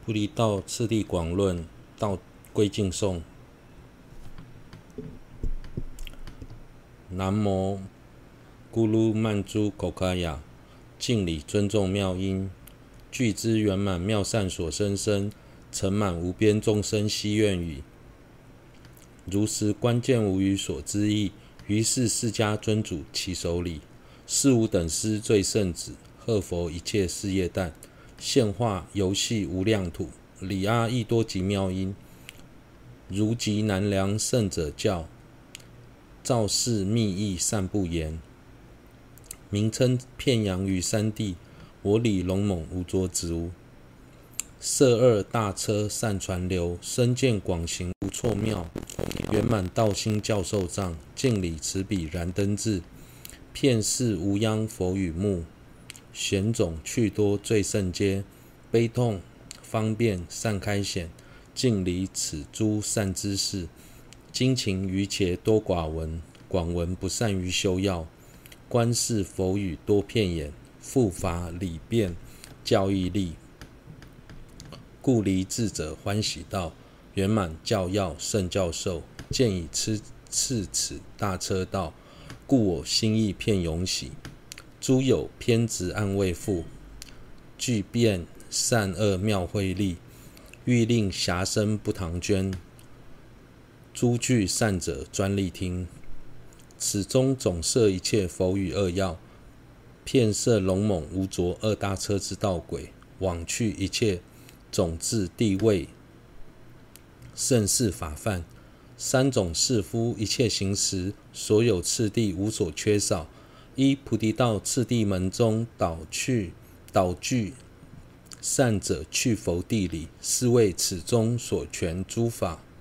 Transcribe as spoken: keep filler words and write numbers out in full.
菩提道次第广论，道归敬颂。南无咕噜曼珠口卡雅，敬礼尊重妙音，具之圆满妙善所生身，成满无边众生希愿语。如实关键无语所知意，于是释迦尊主其手里，是无等师最圣子，贺佛一切事业旦，现化游戏无量土，里阿益多及妙音，如极难量圣者教，造世密意善不言，名称遍扬于三地，我里龙猛无着子无。摄二大车善传流，身见广行无错妙，圆满道心教授藏，敬礼持笔燃灯智，遍世无央佛语目，显种去多最胜阶，悲痛方便善开显，敬礼此诸善知识，精勤于且多寡闻，广闻不善于修要，观世佛语多片眼，复法理辩教义力，故离智者欢喜道，圆满教要圣教授，见以赐此大车道，故我心意片永喜。诸有偏执暗未复，具变善恶妙慧力，欲令遐生不唐捐，诸具善者专力听。此中总摄一切佛语二要，遍摄龙猛无着二大车之道轨，往去一切种智地位圣事法范，三种士夫一切行时，所有次第无所缺少。依菩提道次第门中导去导具善者去佛地理，是为此中所全诸法